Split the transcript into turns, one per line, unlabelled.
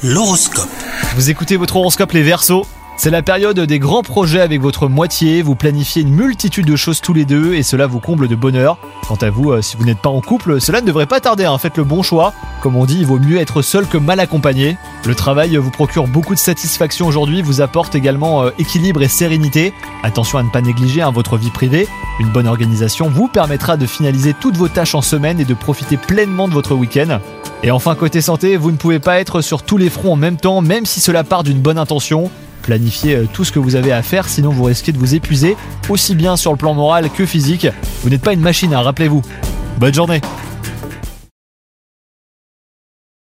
L'horoscope.
Vous écoutez votre horoscope les Verseaux. C'est la période des grands projets avec votre moitié, vous planifiez une multitude de choses tous les deux et cela vous comble de bonheur. Quant à vous, si vous n'êtes pas en couple, cela ne devrait pas tarder, faites le bon choix. Comme on dit, il vaut mieux être seul que mal accompagné. Le travail vous procure beaucoup de satisfaction aujourd'hui, vous apporte également équilibre et sérénité. Attention à ne pas négliger votre vie privée. Une bonne organisation vous permettra de finaliser toutes vos tâches en semaine et de profiter pleinement de votre week-end. Et enfin, côté santé, vous ne pouvez pas être sur tous les fronts en même temps, même si cela part d'une bonne intention. Planifiez tout ce que vous avez à faire, sinon vous risquez de vous épuiser, aussi bien sur le plan moral que physique. Vous n'êtes pas une machine, rappelez-vous. Bonne journée.